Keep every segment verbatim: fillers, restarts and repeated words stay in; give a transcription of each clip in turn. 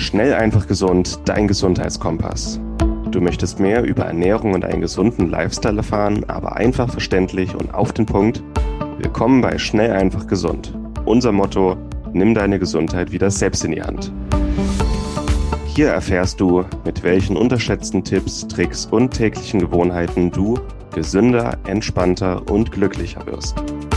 Schnell, einfach gesund, dein Gesundheitskompass. Du möchtest mehr über Ernährung und einen gesunden Lifestyle erfahren, aber einfach verständlich und auf den Punkt? Willkommen bei Schnell, einfach gesund. Unser Motto: Nimm deine Gesundheit wieder selbst in die Hand. Hier erfährst du, mit welchen unterschätzten Tipps, Tricks und täglichen Gewohnheiten du gesünder, entspannter und glücklicher wirst.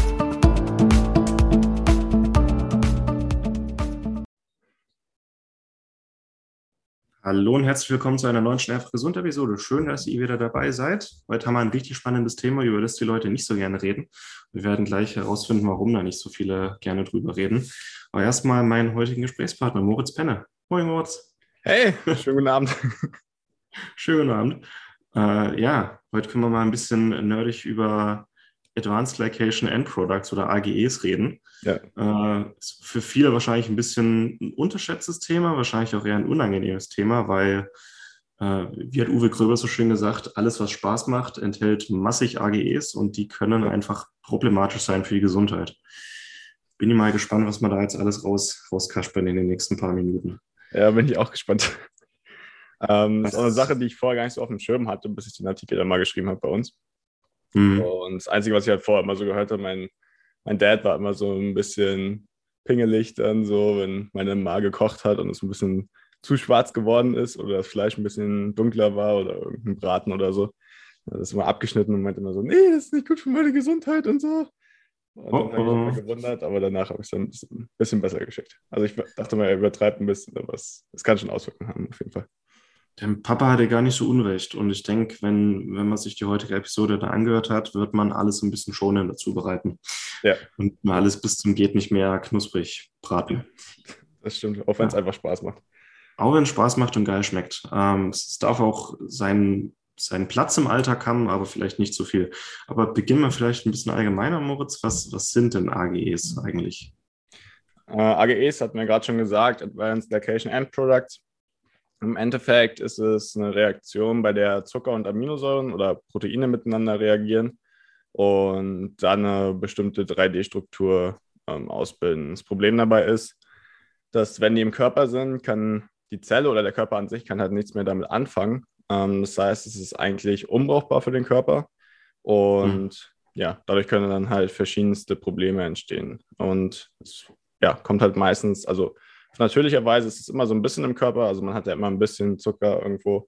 Hallo und herzlich willkommen zu einer neuen Schnell, einfach gesund Episode. Schön, dass ihr wieder dabei seid. Heute haben wir ein richtig spannendes Thema, über das die Leute nicht so gerne reden. Wir werden gleich herausfinden, warum da nicht so viele gerne drüber reden. Aber erstmal meinen heutigen Gesprächspartner, Moritz Penne. Moin, Moritz. Hey, schönen guten Abend. Schönen guten Abend. Äh, ja, heute können wir mal ein bisschen nerdig über Advanced Glycation End Products oder A G Es reden. Ja. Äh, ist für viele wahrscheinlich ein bisschen ein unterschätztes Thema, wahrscheinlich auch eher ein unangenehmes Thema, weil, äh, wie hat Uwe Gröber so schön gesagt, alles, was Spaß macht, enthält massig A G Es und die können einfach problematisch sein für die Gesundheit. Bin ich mal gespannt, was wir da jetzt alles raus, rauskaspern in den nächsten paar Minuten. Ja, bin ich auch gespannt. Ähm, das ist auch eine Was- Sache, die ich vorher gar nicht so auf dem Schirm hatte, bis ich den Artikel dann mal geschrieben habe bei uns. Hm. Und das Einzige, was ich halt vorher immer so gehört habe, mein, mein Dad war immer so ein bisschen pingelig dann so, wenn meine Mama gekocht hat und es ein bisschen zu schwarz geworden ist oder das Fleisch ein bisschen dunkler war oder irgendein Braten oder so. Das ist immer abgeschnitten und meinte immer so, nee, das ist nicht gut für meine Gesundheit und so. Und Oh, dann habe ich mich oh. immer gewundert, aber danach habe ich es dann ein bisschen besser geschickt. Also ich dachte mal, er übertreibt ein bisschen, aber es, es kann schon Auswirkungen haben, auf jeden Fall. Der Papa hatte gar nicht so Unrecht. Und ich denke, wenn, wenn man sich die heutige Episode da angehört hat, wird man alles ein bisschen schonender zubereiten. Ja, Und mal alles bis zum geht nicht mehr knusprig braten. das stimmt, auch wenn es Ja. einfach Spaß macht. Auch wenn es Spaß macht und geil schmeckt. Ähm, es darf auch seinen, seinen Platz im Alltag haben, aber vielleicht nicht so viel. Aber beginnen wir vielleicht ein bisschen allgemeiner, Moritz. Was, was sind denn A G Es eigentlich? Äh, A G Es hat mir gerade schon gesagt, Advanced Glycation End Products. Im Endeffekt ist es eine Reaktion, bei der Zucker und Aminosäuren oder Proteine miteinander reagieren und dann eine bestimmte drei D-Struktur ähm, ausbilden. Das Problem dabei ist, dass wenn die im Körper sind, kann die Zelle oder der Körper an sich kann halt nichts mehr damit anfangen. Ähm, das heißt, es ist eigentlich unbrauchbar für den Körper Hm. und ja, dadurch können dann halt verschiedenste Probleme entstehen. Und es ja, kommt halt meistens, also auf natürlicher Weise ist es immer so ein bisschen im Körper, also man hat ja immer ein bisschen Zucker irgendwo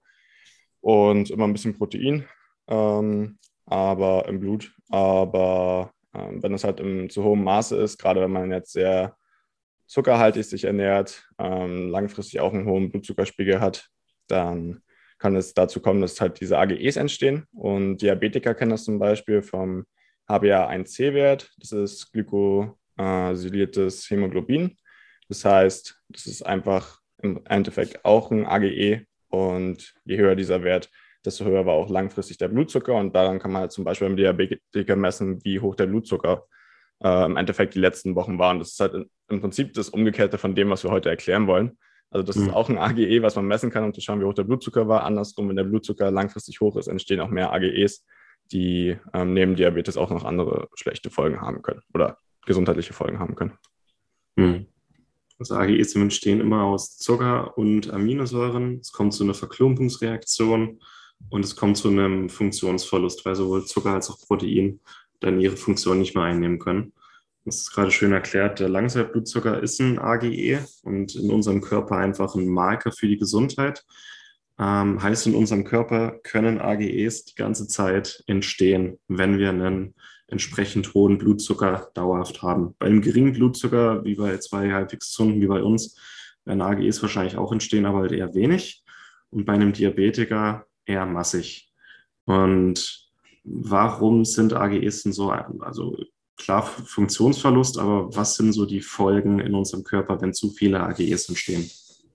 und immer ein bisschen Protein, ähm, aber im Blut. Aber ähm, wenn es halt im zu hohem Maße ist, gerade wenn man jetzt sehr zuckerhaltig sich ernährt, ähm, langfristig auch einen hohen Blutzuckerspiegel hat, dann kann es dazu kommen, dass halt diese A G Es entstehen. Und Diabetiker kennen das zum Beispiel vom H b A eins C-Wert. Das ist glycosyliertes Hämoglobin. Das heißt, das ist einfach im Endeffekt auch ein A G E. Und je höher dieser Wert, desto höher war auch langfristig der Blutzucker. Und daran kann man halt zum Beispiel beim Diabetiker messen, wie hoch der Blutzucker äh, im Endeffekt die letzten Wochen waren. Das ist halt im Prinzip das Umgekehrte von dem, was wir heute erklären wollen. Also das ist Hm. auch ein A G E, was man messen kann, um zu schauen, wie hoch der Blutzucker war. Andersrum, wenn der Blutzucker langfristig hoch ist, entstehen auch mehr A G Es, die ähm, neben Diabetes auch noch andere schlechte Folgen haben können oder gesundheitliche Folgen haben können. Hm. Also A G Es entstehen immer aus Zucker und Aminosäuren. Es kommt zu einer Verklumpungsreaktion und es kommt zu einem Funktionsverlust, weil sowohl Zucker als auch Protein dann ihre Funktion nicht mehr einnehmen können. Das ist gerade schön erklärt. Der Langzeitblutzucker ist ein A G E und in unserem Körper einfach ein Marker für die Gesundheit. Ähm, heißt, in unserem Körper können A G Es die ganze Zeit entstehen, wenn wir einen entsprechend hohen Blutzucker dauerhaft haben. Bei einem geringen Blutzucker, wie bei zwei halbwegs gesunden wie bei uns, werden A G Es wahrscheinlich auch entstehen, aber halt eher wenig. Und bei einem Diabetiker eher massig. Und warum sind A G Es denn so, also klar Funktionsverlust, aber was sind so die Folgen in unserem Körper, wenn zu viele A G Es entstehen?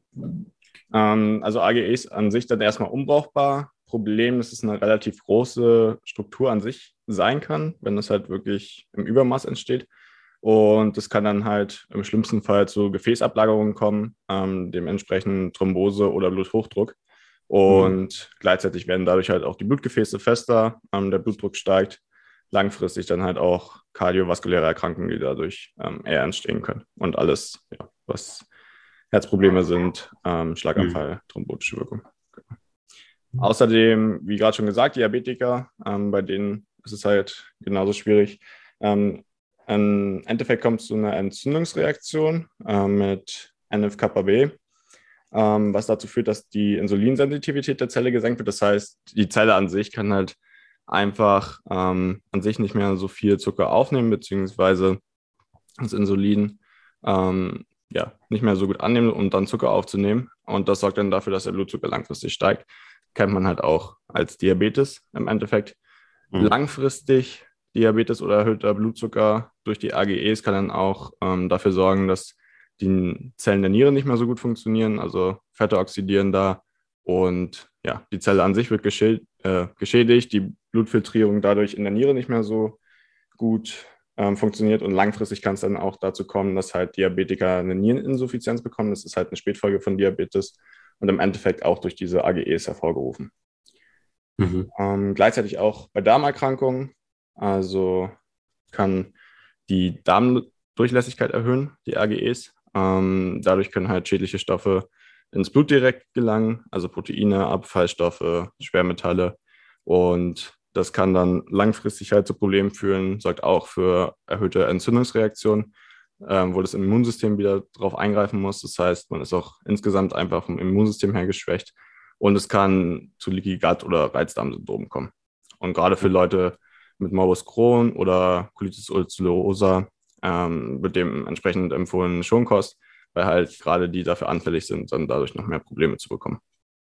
Ähm, also A G Es an sich dann erstmal unbrauchbar. Problem, dass es eine relativ große Struktur an sich sein kann, wenn es halt wirklich im Übermaß entsteht. Und es kann dann halt im schlimmsten Fall zu Gefäßablagerungen kommen, ähm, dementsprechend Thrombose oder Bluthochdruck. Mhm. Und gleichzeitig werden dadurch halt auch die Blutgefäße fester, ähm, der Blutdruck steigt, langfristig dann halt auch kardiovaskuläre Erkrankungen, die dadurch ähm, eher entstehen können. Und alles, ja, was Herzprobleme sind, ähm, Schlaganfall, mhm. thrombotische Wirkung. Genau. Außerdem, wie gerade schon gesagt, Diabetiker, ähm, bei denen ist es halt genauso schwierig. Ähm, im Endeffekt kommt es zu einer Entzündungsreaktion äh, mit N F kappa B, ähm, was dazu führt, dass die Insulinsensitivität der Zelle gesenkt wird. Das heißt, die Zelle an sich kann halt einfach ähm, an sich nicht mehr so viel Zucker aufnehmen, beziehungsweise das Insulin ähm, ja, nicht mehr so gut annehmen, um dann Zucker aufzunehmen. Und das sorgt dann dafür, dass der Blutzucker langfristig steigt. Kennt man halt auch als Diabetes im Endeffekt. Mhm. Langfristig Diabetes oder erhöhter Blutzucker durch die A G Es kann dann auch ähm, dafür sorgen, dass die Zellen der Niere nicht mehr so gut funktionieren, also Fette oxidieren da und ja, die Zelle an sich wird geschäd- äh, geschädigt, die Blutfiltrierung dadurch in der Niere nicht mehr so gut ähm, funktioniert und langfristig kann es dann auch dazu kommen, dass halt Diabetiker eine Niereninsuffizienz bekommen. Das ist halt eine Spätfolge von Diabetes und im Endeffekt auch durch diese A G Es hervorgerufen. Mhm. Ähm, gleichzeitig auch bei Darmerkrankungen, also kann die Darmdurchlässigkeit erhöhen, die A G Es. Ähm, dadurch können halt schädliche Stoffe ins Blut direkt gelangen, also Proteine, Abfallstoffe, Schwermetalle. Und das kann dann langfristig halt zu Problemen führen, sorgt auch für erhöhte Entzündungsreaktionen, ähm, wo das Immunsystem wieder drauf eingreifen muss. Das heißt, man ist auch insgesamt einfach vom Immunsystem her geschwächt. Und es kann zu Leaky Gut oder Reizdarmsyndrom kommen. Und gerade für Leute mit Morbus Crohn oder Colitis ulcerosa ähm, wird dementsprechend empfohlen Schonkost, weil halt gerade die dafür anfällig sind, dann dadurch noch mehr Probleme zu bekommen.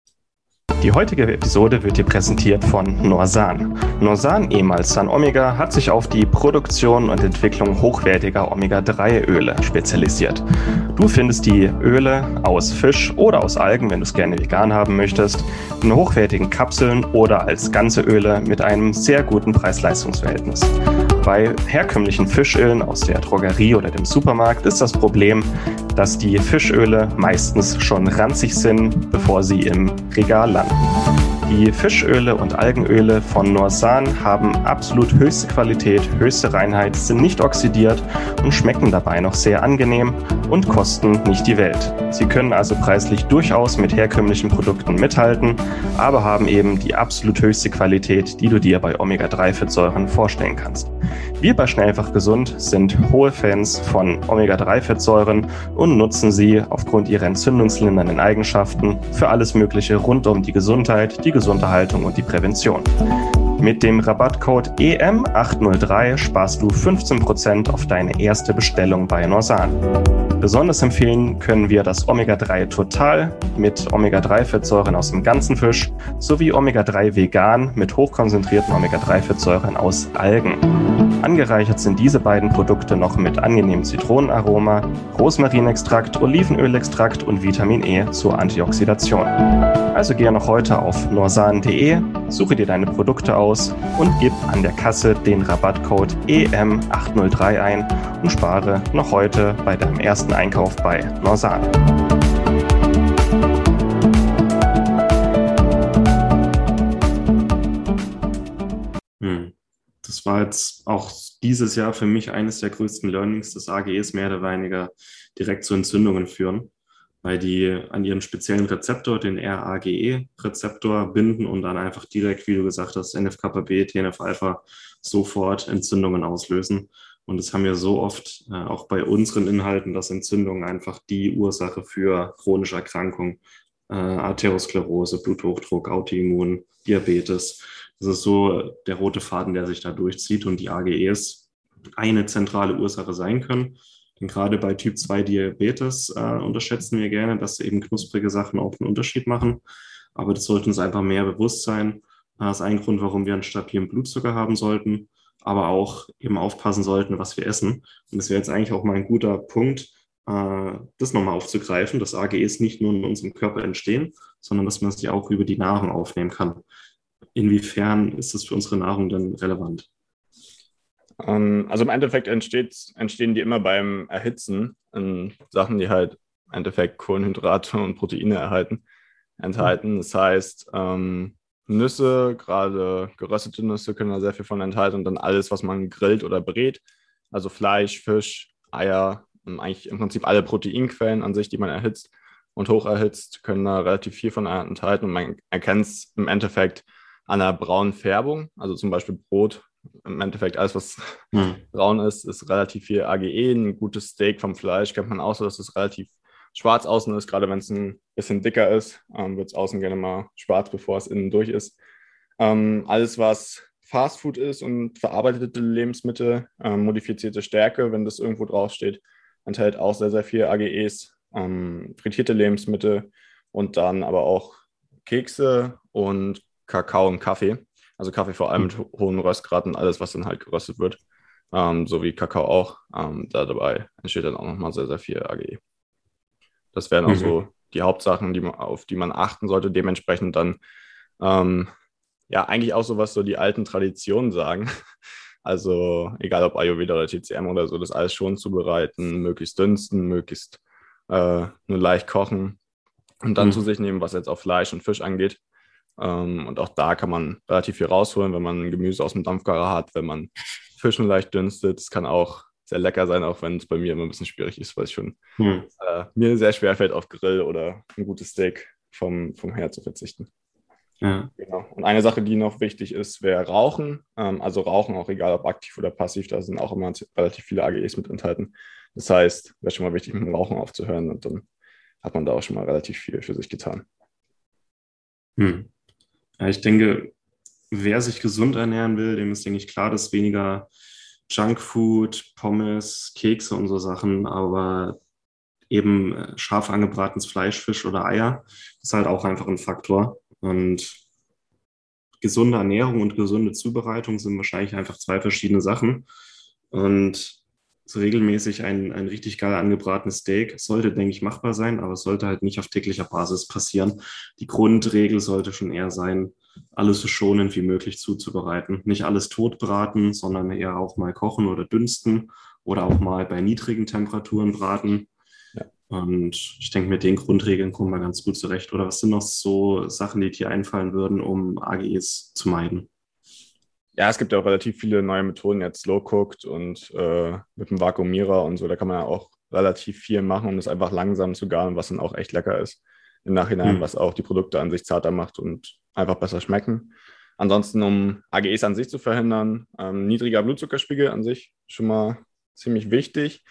Die heutige Episode wird dir präsentiert von Norsan. Norsan, ehemals San Omega, hat sich auf die Produktion und Entwicklung hochwertiger Omega drei Öle spezialisiert. Du findest die Öle aus Fisch oder aus Algen, wenn du es gerne vegan haben möchtest, in hochwertigen Kapseln oder als ganze Öle mit einem sehr guten Preis-Leistungs-Verhältnis. Bei herkömmlichen Fischölen aus der Drogerie oder dem Supermarkt ist das Problem, dass die Fischöle meistens schon ranzig sind, bevor sie im Regal landen. Die Fischöle und Algenöle von Norsan haben absolut höchste Qualität, höchste Reinheit, sind nicht oxidiert und schmecken dabei noch sehr angenehm und kosten nicht die Welt. Sie können also preislich durchaus mit herkömmlichen Produkten mithalten, aber haben eben die absolut höchste Qualität, die du dir bei Omega drei Fettsäuren vorstellen kannst. Wir bei Schnellfach Gesund sind hohe Fans von Omega drei Fettsäuren und nutzen sie aufgrund ihrer entzündungslindernden Eigenschaften für alles Mögliche rund um die Gesundheit, die Gesunderhaltung und die Prävention. Mit dem Rabattcode E M acht null drei sparst du fünfzehn Prozent auf deine erste Bestellung bei Norsan. Besonders empfehlen können wir das Omega drei Total mit Omega drei Fettsäuren aus dem ganzen Fisch sowie Omega drei Vegan mit hochkonzentrierten Omega drei Fettsäuren aus Algen. Angereichert sind diese beiden Produkte noch mit angenehmem Zitronenaroma, Rosmarinextrakt, Olivenölextrakt und Vitamin E zur Antioxidation. Also gehe noch heute auf norsan punkt de, suche dir deine Produkte aus und gib an der Kasse den Rabattcode E M acht null drei ein und spare noch heute bei deinem ersten Einkauf bei Norsan. Hm. Das war jetzt auch dieses Jahr für mich eines der größten Learnings, dass A G Es mehr oder weniger direkt zu Entzündungen führen, weil die an ihren speziellen Rezeptor, den R A G E-Rezeptor, binden und dann einfach direkt, wie du gesagt hast, N F kappa B, T N F Alpha sofort Entzündungen auslösen. Und das haben wir so oft, äh, auch bei unseren Inhalten, dass Entzündungen einfach die Ursache für chronische Erkrankungen, äh, Arteriosklerose, Bluthochdruck, Autoimmun, Diabetes. Das ist so der rote Faden, der sich da durchzieht und die A G Es eine zentrale Ursache sein können. Denn gerade bei Typ zwei Diabetes äh, unterschätzen wir gerne, dass eben knusprige Sachen auch einen Unterschied machen. Aber das sollte uns einfach mehr bewusst sein. Das ist ein Grund, warum wir einen stabilen Blutzucker haben sollten, aber auch eben aufpassen sollten, was wir essen. Und das wäre jetzt eigentlich auch mal ein guter Punkt, äh, das nochmal aufzugreifen, dass A G Es nicht nur in unserem Körper entstehen, sondern dass man sie auch über die Nahrung aufnehmen kann. Inwiefern ist das für unsere Nahrung denn relevant? Also im Endeffekt entsteht, entstehen die immer beim Erhitzen in Sachen, die halt im Endeffekt Kohlenhydrate und Proteine erhalten, enthalten. Das heißt, ähm, Nüsse, gerade geröstete Nüsse können da sehr viel von enthalten und dann alles, was man grillt oder brät, also Fleisch, Fisch, Eier, ähm, eigentlich im Prinzip alle Proteinquellen an sich, die man erhitzt und hoch erhitzt, können da relativ viel von enthalten und man erkennt es im Endeffekt an der braunen Färbung, also zum Beispiel Brot. Im Endeffekt alles, was hm. braun ist, ist relativ viel A G E. Ein gutes Steak vom Fleisch kennt man auch so, dass es relativ schwarz außen ist. Gerade wenn es ein bisschen dicker ist, ähm, wird es außen gerne mal schwarz, bevor es innen durch ist. Ähm, alles, was Fastfood ist und verarbeitete Lebensmittel, ähm, modifizierte Stärke, wenn das irgendwo draufsteht, enthält auch sehr, sehr viel A G Es. Ähm, frittierte Lebensmittel und dann aber auch Kekse und Kakao und Kaffee. Also Kaffee vor allem mit ho- hohen Röstgrad und alles, was dann halt geröstet wird. Ähm, so wie Kakao auch. Ähm, da dabei entsteht dann auch nochmal sehr, sehr viel A G E. Das wären auch Mhm. so die Hauptsachen, die man, auf die man achten sollte. Dementsprechend dann ähm, ja eigentlich auch so, was so die alten Traditionen sagen. Also egal ob Ayurveda oder T C M oder so, das alles schon zubereiten, möglichst dünsten, möglichst äh, nur leicht kochen und dann Mhm. zu sich nehmen, was jetzt auf Fleisch und Fisch angeht. Ähm, und auch da kann man relativ viel rausholen, wenn man Gemüse aus dem Dampfgarer hat, wenn man Fisch nur leicht dünstet. Es kann auch sehr lecker sein, auch wenn es bei mir immer ein bisschen schwierig ist, weil es schon Mhm. äh, mir sehr schwer fällt, auf Grill oder ein gutes Steak vom, vom Herd zu verzichten. Ja. Genau. Und eine Sache, die noch wichtig ist, wäre Rauchen. Ähm, also Rauchen, auch egal ob aktiv oder passiv, da sind auch immer relativ viele A G Es mit enthalten. Das heißt, wäre schon mal wichtig, mit dem Rauchen aufzuhören und dann hat man da auch schon mal relativ viel für sich getan. Hm. Ja, ich denke, wer sich gesund ernähren will, dem ist, denke ich, klar, dass weniger Junkfood, Pommes, Kekse und so Sachen, aber eben äh, scharf angebratenes Fleisch, Fisch oder Eier ist halt auch einfach ein Faktor. Und gesunde Ernährung und gesunde Zubereitung sind wahrscheinlich einfach zwei verschiedene Sachen. Und so regelmäßig ein, ein richtig geil angebratenes Steak sollte, denke ich, machbar sein, aber es sollte halt nicht auf täglicher Basis passieren. Die Grundregel sollte schon eher sein, alles so schonend wie möglich zuzubereiten. Nicht alles totbraten, sondern eher auch mal kochen oder dünsten oder auch mal bei niedrigen Temperaturen braten. Ja. Und ich denke, mit den Grundregeln kommen wir ganz gut zurecht. Oder was sind noch so Sachen, die dir einfallen würden, um A G Es zu meiden? Ja, es gibt ja auch relativ viele neue Methoden, jetzt Slow Cooked und äh, mit dem Vakuumierer und so. Da kann man ja auch relativ viel machen, um das einfach langsam zu garen, was dann auch echt lecker ist im Nachhinein, Hm. was auch die Produkte an sich zarter macht und einfach besser schmecken. Ansonsten, um A G Es an sich zu verhindern, ähm, niedriger Blutzuckerspiegel an sich schon mal ziemlich wichtig,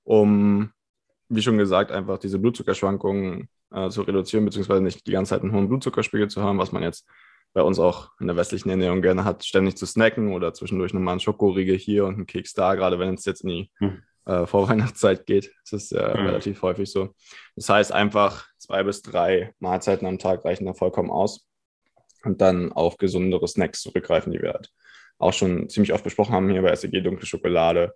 um, wie schon gesagt, einfach diese Blutzuckerschwankungen äh, zu reduzieren, beziehungsweise nicht die ganze Zeit einen hohen Blutzuckerspiegel zu haben, was man jetzt bei uns auch in der westlichen Ernährung gerne hat, ständig zu snacken oder zwischendurch nochmal einen Schokoriegel hier und einen Keks da, gerade wenn es jetzt in die Hm. äh, Vorweihnachtszeit geht. Das ist ja Hm. relativ häufig so. Das heißt, einfach zwei bis drei Mahlzeiten am Tag reichen da vollkommen aus und dann auf gesundere Snacks zurückgreifen, die wir halt auch schon ziemlich oft besprochen haben hier bei S E G, dunkle Schokolade.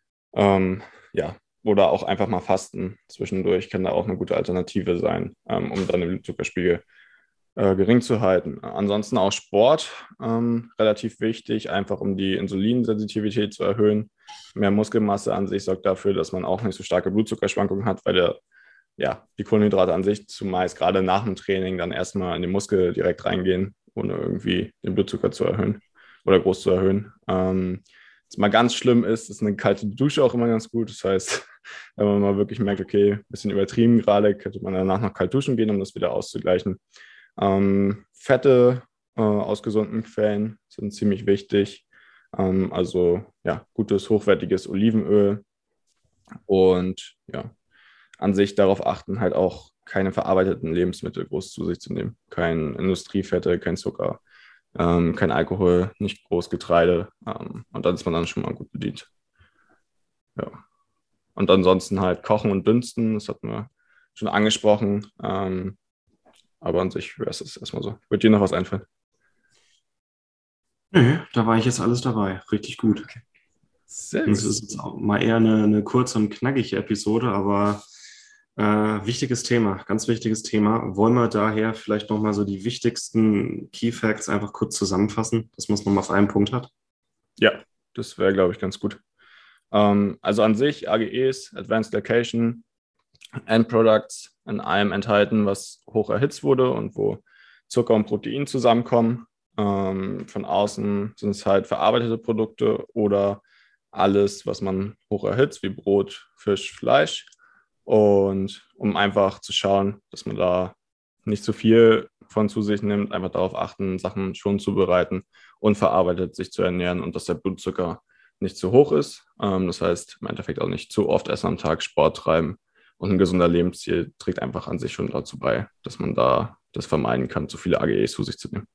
Ähm, ja, oder auch einfach mal fasten zwischendurch kann da auch eine gute Alternative sein, ähm, um dann den Blutzuckerspiegel äh, gering zu halten. Ansonsten auch Sport, ähm, relativ wichtig, einfach um die Insulinsensitivität zu erhöhen. Mehr Muskelmasse an sich sorgt dafür, dass man auch nicht so starke Blutzuckerschwankungen hat, weil der, ja, die Kohlenhydrate an sich zumeist gerade nach dem Training dann erstmal in den Muskel direkt reingehen, ohne irgendwie den Blutzucker zu erhöhen oder groß zu erhöhen. Ähm, was mal ganz schlimm ist, ist eine kalte Dusche auch immer ganz gut. Das heißt, wenn man mal wirklich merkt, okay, ein bisschen übertrieben gerade, könnte man danach noch kalt duschen gehen, um das wieder auszugleichen. Ähm, Fette äh, aus gesunden Quellen sind ziemlich wichtig. Ähm, also ja, gutes, hochwertiges Olivenöl und ja, an sich darauf achten, halt auch keine verarbeiteten Lebensmittel groß zu sich zu nehmen. Kein Industriefette, kein Zucker, ähm, kein Alkohol, nicht groß Getreide. Ähm, und dann ist man dann schon mal gut bedient. Ja. Und ansonsten halt kochen und dünsten, das hatten wir schon angesprochen. Ähm, aber an sich wäre es erstmal so. Wird dir noch was einfallen? Nö, da war ich jetzt alles dabei. Richtig gut. Okay. Sehr Und es gut. ist jetzt auch mal eher eine, eine kurze und knackige Episode, aber äh, wichtiges Thema, ganz wichtiges Thema. Wollen wir daher vielleicht nochmal so die wichtigsten Key Facts einfach kurz zusammenfassen, dass man es nochmal auf einen Punkt hat? Ja, das wäre, glaube ich, ganz gut. Ähm, also an sich, A G Es, Advanced Glycation, Endproducts in allem enthalten, was hoch erhitzt wurde und wo Zucker und Protein zusammenkommen. Ähm, von außen sind es halt verarbeitete Produkte oder alles, was man hoch erhitzt, wie Brot, Fisch, Fleisch. Und um einfach zu schauen, dass man da nicht zu viel von zu sich nimmt, einfach darauf achten, Sachen schon zubereiten und verarbeitet sich zu ernähren und dass der Blutzucker nicht zu hoch ist. Das heißt, im Endeffekt auch nicht zu oft essen am Tag, Sport treiben und ein gesunder Lebensstil trägt einfach an sich schon dazu bei, dass man da das vermeiden kann, zu viele A G Es zu sich zu nehmen.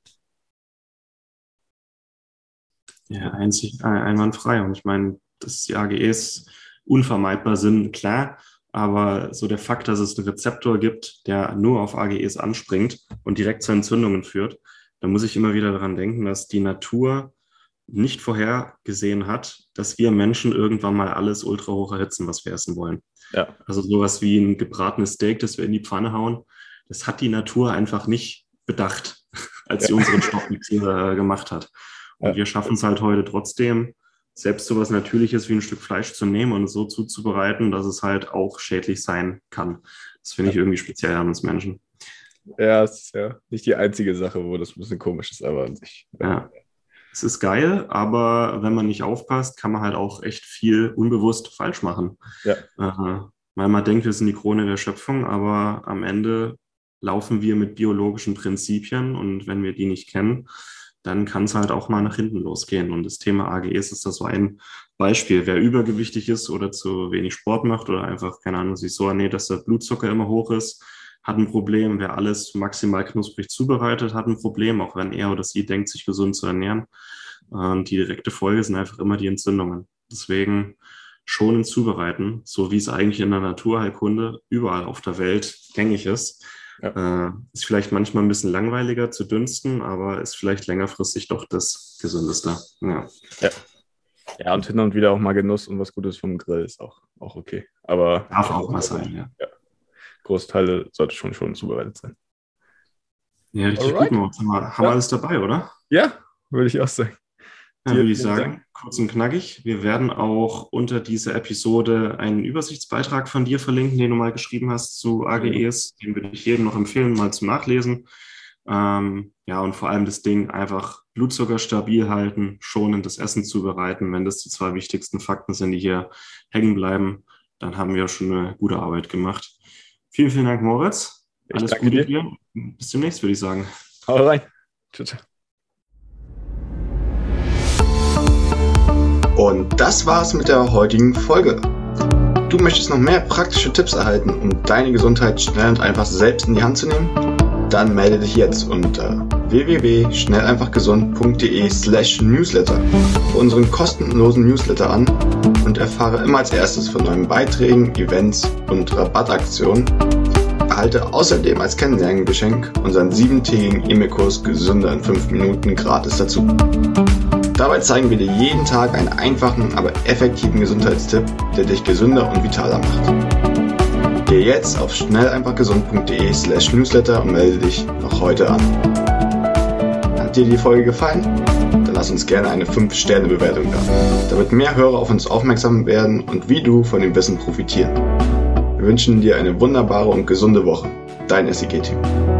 Ja, einzig, einwandfrei. Und ich meine, dass die A G Es unvermeidbar sind, klar, aber so der Fakt, dass es einen Rezeptor gibt, der nur auf A G Es anspringt und direkt zu Entzündungen führt, da muss ich immer wieder daran denken, dass die Natur nicht vorhergesehen hat, dass wir Menschen irgendwann mal alles ultra hoch erhitzen, was wir essen wollen. Ja. Also sowas wie ein gebratenes Steak, das wir in die Pfanne hauen, das hat die Natur einfach nicht bedacht, als ja. sie unseren Stoffmix äh, gemacht hat. Und ja. wir schaffen es halt heute trotzdem, selbst sowas Natürliches wie ein Stück Fleisch zu nehmen und es so zuzubereiten, dass es halt auch schädlich sein kann. Das finde ich irgendwie speziell an uns Menschen. Ja, es ist ja nicht die einzige Sache, wo das ein bisschen komisch ist, aber an sich. Ja. Es ist geil, aber wenn man nicht aufpasst, kann man halt auch echt viel unbewusst falsch machen. Ja. Äh, weil man denkt, wir sind die Krone der Schöpfung, aber am Ende laufen wir mit biologischen Prinzipien und wenn wir die nicht kennen, dann kann es halt auch mal nach hinten losgehen. Und das Thema A G Es ist das so ein Beispiel. Wer übergewichtig ist oder zu wenig Sport macht oder einfach, keine Ahnung, sich so ernährt, dass der Blutzucker immer hoch ist, hat ein Problem. Wer alles maximal knusprig zubereitet, hat ein Problem, auch wenn er oder sie denkt, sich gesund zu ernähren. Und die direkte Folge sind einfach immer die Entzündungen. Deswegen schonend zubereiten, so wie es eigentlich in der Naturheilkunde überall auf der Welt gängig ist. Ja. Äh, ist vielleicht manchmal ein bisschen langweiliger zu dünsten, aber ist vielleicht längerfristig doch das Gesündeste. Ja. Ja. Ja, und hin und wieder auch mal Genuss und was Gutes vom Grill ist auch, auch okay. Aber darf auch mal sein, ja. ja. Großteile sollte schon schon zubereitet sein. Ja, richtig Alright. Gut, Moritz. Haben wir, haben wir alles dabei, oder? Ja, würde ich auch sagen. Ja, würde ich sagen, kurz und knackig. Wir werden auch unter dieser Episode einen Übersichtsbeitrag von dir verlinken, den du mal geschrieben hast zu A G Es. Den würde ich jedem noch empfehlen, mal zum Nachlesen. Ähm, ja, und vor allem das Ding einfach Blutzucker stabil halten, schonendes Essen zubereiten. Wenn das die zwei wichtigsten Fakten sind, die hier hängen bleiben, dann haben wir schon eine gute Arbeit gemacht. Vielen, vielen Dank, Moritz. Ich Alles Gute dir. dir. Bis demnächst, würde ich sagen. Hau rein. Ciao, ciao. Und das war's mit der heutigen Folge. Du möchtest noch mehr praktische Tipps erhalten, um deine Gesundheit schnell und einfach selbst in die Hand zu nehmen? Dann melde dich jetzt unter w w w punkt schnell einfach gesund punkt d e slash newsletter für unseren kostenlosen Newsletter an und erfahre immer als erstes von neuen Beiträgen, Events und Rabattaktionen. Erhalte außerdem als Kennenlerngeschenk unseren siebentägigen E-Mail-Kurs Gesünder in fünf Minuten gratis dazu. Dabei zeigen wir dir jeden Tag einen einfachen, aber effektiven Gesundheitstipp, der dich gesünder und vitaler macht. Geh jetzt auf schnell einfach gesund punkt d e slash newsletter und melde dich noch heute an. Hat dir die Folge gefallen? Dann lass uns gerne eine fünf Sterne Bewertung da, damit mehr Hörer auf uns aufmerksam werden und wie du von dem Wissen profitieren. Wir wünschen dir eine wunderbare und gesunde Woche. Dein S I G-Team.